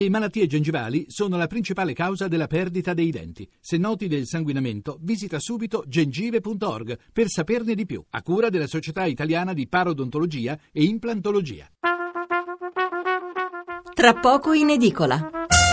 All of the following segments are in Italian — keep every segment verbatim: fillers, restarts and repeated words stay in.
Le malattie gengivali sono la principale causa della perdita dei denti. Se noti del sanguinamento, visita subito gengive punto org per saperne di più, a cura della Società Italiana di Parodontologia e Implantologia. Tra poco in edicola.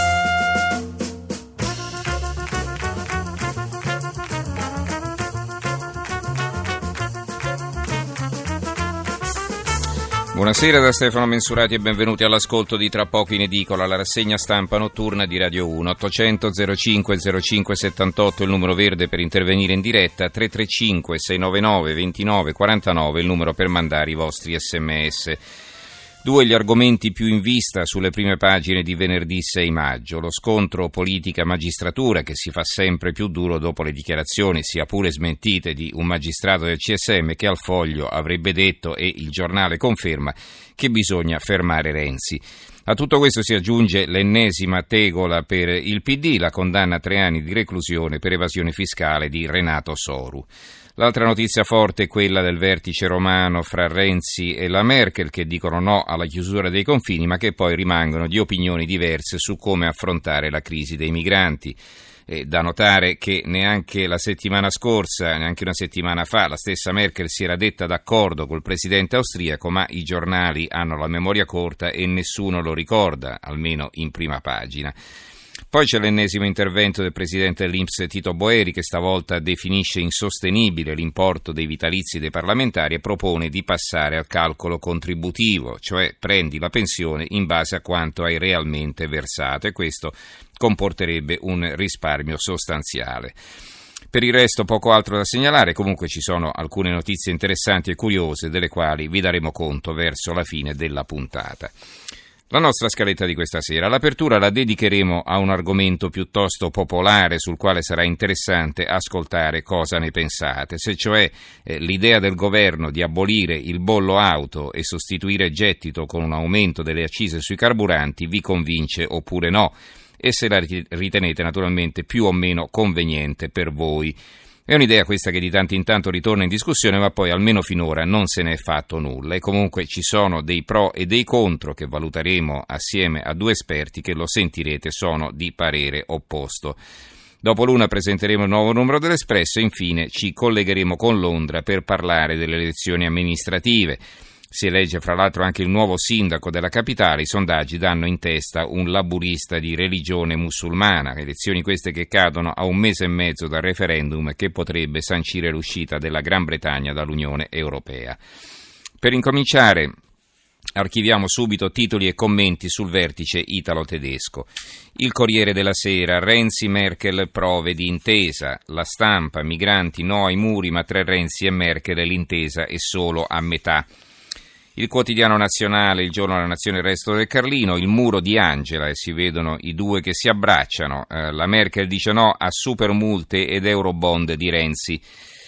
Buonasera da Stefano Mensurati e benvenuti all'ascolto di Tra poco in edicola, la rassegna stampa notturna di Radio uno. ottocento zero cinque zero cinque settantotto il numero verde per intervenire in diretta, tre tre cinque sei nove nove due nove quattro nove il numero per mandare i vostri sms. Due gli argomenti più in vista sulle prime pagine di venerdì sei maggio. Lo scontro politica-magistratura che si fa sempre più duro dopo le dichiarazioni, sia pure smentite, di un magistrato del C S M che al Foglio avrebbe detto, e il giornale conferma, che bisogna fermare Renzi. A tutto questo si aggiunge l'ennesima tegola per il P D, la condanna a tre anni di reclusione per evasione fiscale di Renato Soru. L'altra notizia forte è quella del vertice romano fra Renzi e la Merkel, che dicono no alla chiusura dei confini, ma che poi rimangono di opinioni diverse su come affrontare la crisi dei migranti. E da notare che neanche la settimana scorsa, neanche una settimana fa, la stessa Merkel si era detta d'accordo col presidente austriaco, ma i giornali hanno la memoria corta e nessuno lo ricorda, almeno in prima pagina. Poi c'è l'ennesimo intervento del presidente dell'I N P S Tito Boeri, che stavolta definisce insostenibile l'importo dei vitalizi dei parlamentari e propone di passare al calcolo contributivo, cioè prendi la pensione in base a quanto hai realmente versato, e questo comporterebbe un risparmio sostanziale. Per il resto poco altro da segnalare, comunque ci sono alcune notizie interessanti e curiose delle quali vi daremo conto verso la fine della puntata. La nostra scaletta di questa sera. L'apertura la dedicheremo a un argomento piuttosto popolare sul quale sarà interessante ascoltare cosa ne pensate, se cioè eh, l'idea del governo di abolire il bollo auto e sostituire gettito con un aumento delle accise sui carburanti vi convince oppure no, e se la ritenete naturalmente più o meno conveniente per voi. È un'idea questa che di tanto in tanto ritorna in discussione, ma poi almeno finora non se ne è fatto nulla, e comunque ci sono dei pro e dei contro che valuteremo assieme a due esperti che, lo sentirete, sono di parere opposto. Dopo l'una presenteremo il nuovo numero dell'Espresso e infine ci collegheremo con Londra per parlare delle elezioni amministrative. Si elegge fra l'altro anche il nuovo sindaco della capitale, i sondaggi danno in testa un laburista di religione musulmana, elezioni queste che cadono a un mese e mezzo dal referendum che potrebbe sancire l'uscita della Gran Bretagna dall'Unione Europea. Per incominciare archiviamo subito titoli e commenti sul vertice italo-tedesco. Il Corriere della Sera, Renzi, Merkel, prove di intesa. La Stampa, migranti no ai muri, ma tra Renzi e Merkel l'intesa è solo a metà. Il Quotidiano Nazionale, Il Giorno della Nazione, Il Resto del Carlino, il muro di Angela, e si vedono i due che si abbracciano. Eh, la Merkel dice no a supermulte ed eurobond di Renzi.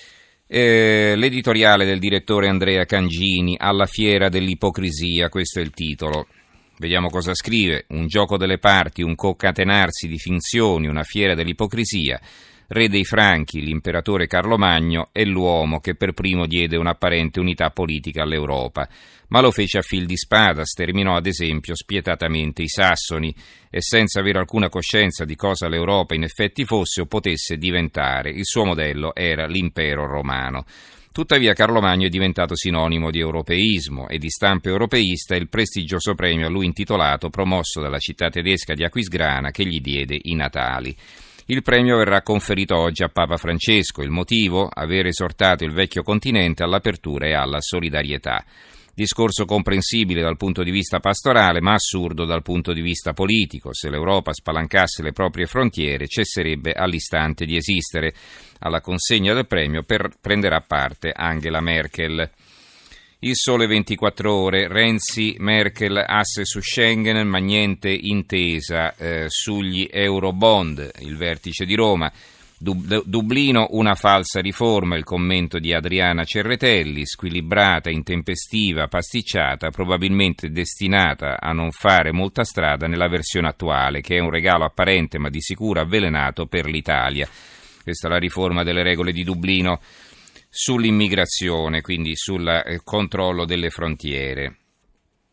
Eh, l'editoriale del direttore Andrea Cangini, Alla fiera dell'ipocrisia, questo è il titolo. Vediamo cosa scrive. Un gioco delle parti, un concatenarsi di finzioni, una fiera dell'ipocrisia. Re dei Franchi, l'imperatore Carlo Magno, è l'uomo che per primo diede un'apparente unità politica all'Europa, ma lo fece a fil di spada, sterminò ad esempio spietatamente i sassoni e senza avere alcuna coscienza di cosa l'Europa in effetti fosse o potesse diventare. Il suo modello era l'impero romano. Tuttavia Carlo Magno è diventato sinonimo di europeismo e di stampa europeista il prestigioso premio a lui intitolato promosso dalla città tedesca di Aquisgrana che gli diede i natali. Il premio verrà conferito oggi a Papa Francesco. Il motivo? Aver esortato il vecchio continente all'apertura e alla solidarietà. Discorso comprensibile dal punto di vista pastorale, ma assurdo dal punto di vista politico. Se l'Europa spalancasse le proprie frontiere, cesserebbe all'istante di esistere. Alla consegna del premio per prenderà parte Angela Merkel. Il Sole ventiquattro Ore, Renzi, Merkel, asse su Schengen, ma niente intesa eh, sugli eurobond. Il vertice di Roma, Dub- Dublino, una falsa riforma, il commento di Adriana Cerretelli, squilibrata, intempestiva, pasticciata, probabilmente destinata a non fare molta strada nella versione attuale, che è un regalo apparente ma di sicuro avvelenato per l'Italia. Questa è la riforma delle regole di Dublino sull'immigrazione, quindi sul eh, controllo delle frontiere.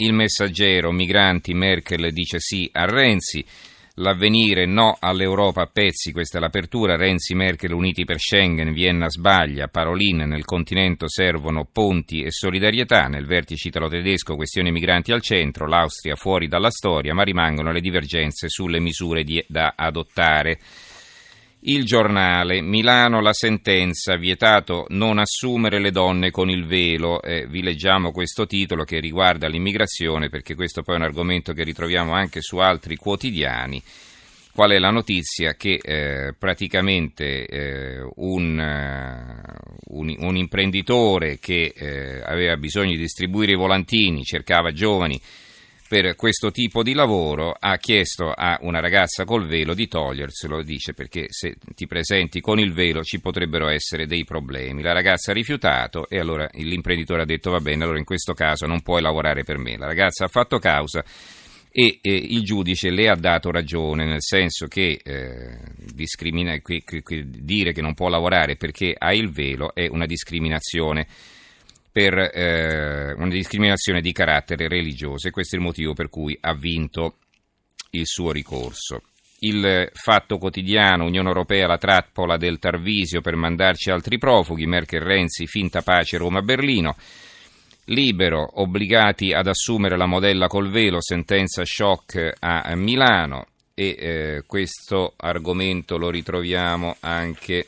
Il Messaggero, migranti, Merkel dice sì a Renzi. L'Avvenire, no all'Europa a pezzi, questa è l'apertura. Renzi, Merkel uniti per Schengen, Vienna sbaglia, Parolin, nel continente servono ponti e solidarietà. Nel vertice italo-tedesco, questione migranti al centro, l'Austria fuori dalla storia, ma rimangono le divergenze sulle misure di, da adottare. Il Giornale, Milano la sentenza, vietato non assumere le donne con il velo. Eh, vi leggiamo questo titolo che riguarda l'immigrazione, perché questo poi è un argomento che ritroviamo anche su altri quotidiani. Qual è la notizia? Che eh, praticamente eh, un, uh, un, un imprenditore che eh, aveva bisogno di distribuire i volantini, cercava giovani per questo tipo di lavoro, ha chiesto a una ragazza col velo di toglierselo, dice, perché se ti presenti con il velo ci potrebbero essere dei problemi. La ragazza ha rifiutato e allora l'imprenditore ha detto va bene, allora in questo caso non puoi lavorare per me. La ragazza ha fatto causa e eh, il giudice le ha dato ragione, nel senso che, eh, discrimina, che, che, che dire che non può lavorare perché ha il velo è una discriminazione per eh, una discriminazione di carattere religioso, e questo è il motivo per cui ha vinto il suo ricorso. Il Fatto Quotidiano, Unione Europea, la trappola del Tarvisio per mandarci altri profughi, Merkel Renzi, finta pace Roma-Berlino. Libero, obbligati ad assumere la modella col velo, sentenza shock a Milano, e eh, questo argomento lo ritroviamo anche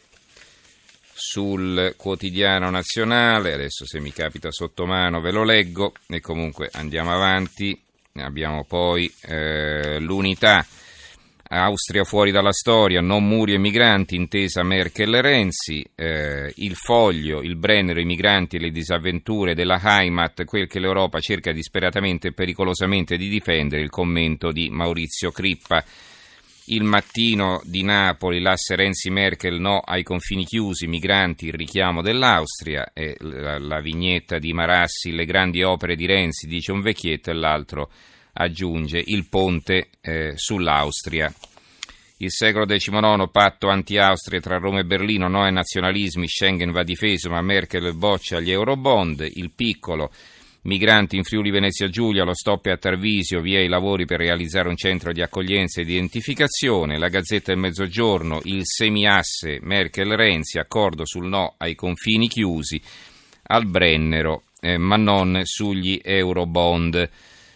sul Quotidiano Nazionale. Adesso, se mi capita sotto mano, ve lo leggo e comunque andiamo avanti. Abbiamo poi eh, l'Unità, Austria fuori dalla storia, non muri e migranti, intesa Merkel-Renzi. eh, il Foglio, il Brennero, i migranti e le disavventure della Heimat, quel che l'Europa cerca disperatamente e pericolosamente di difendere, il commento di Maurizio Crippa. Il Mattino di Napoli, l'asse Renzi-Merkel, no ai confini chiusi, migranti, il richiamo dell'Austria, e la, la vignetta di Marassi, le grandi opere di Renzi, dice un vecchietto, e l'altro aggiunge il ponte eh, sull'Austria. Il Secolo diciannove, patto anti-Austria tra Roma e Berlino, no ai nazionalismi, Schengen va difeso ma Merkel boccia gli Eurobond. Il Piccolo, migranti in Friuli Venezia Giulia, lo stop a Tarvisio, via i lavori per realizzare un centro di accoglienza e di identificazione. La Gazzetta del Mezzogiorno, il semiasse Merkel-Renzi, accordo sul no ai confini chiusi. Al Brennero, eh, ma non sugli Eurobond.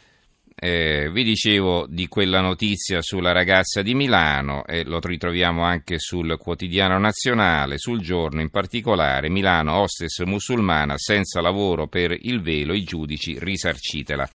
Eh, vi dicevo di quella notizia sulla ragazza di Milano, e eh, lo ritroviamo anche sul Quotidiano Nazionale, sul Giorno in particolare. Milano, hostess musulmana senza lavoro per il velo, i giudici risarcitela.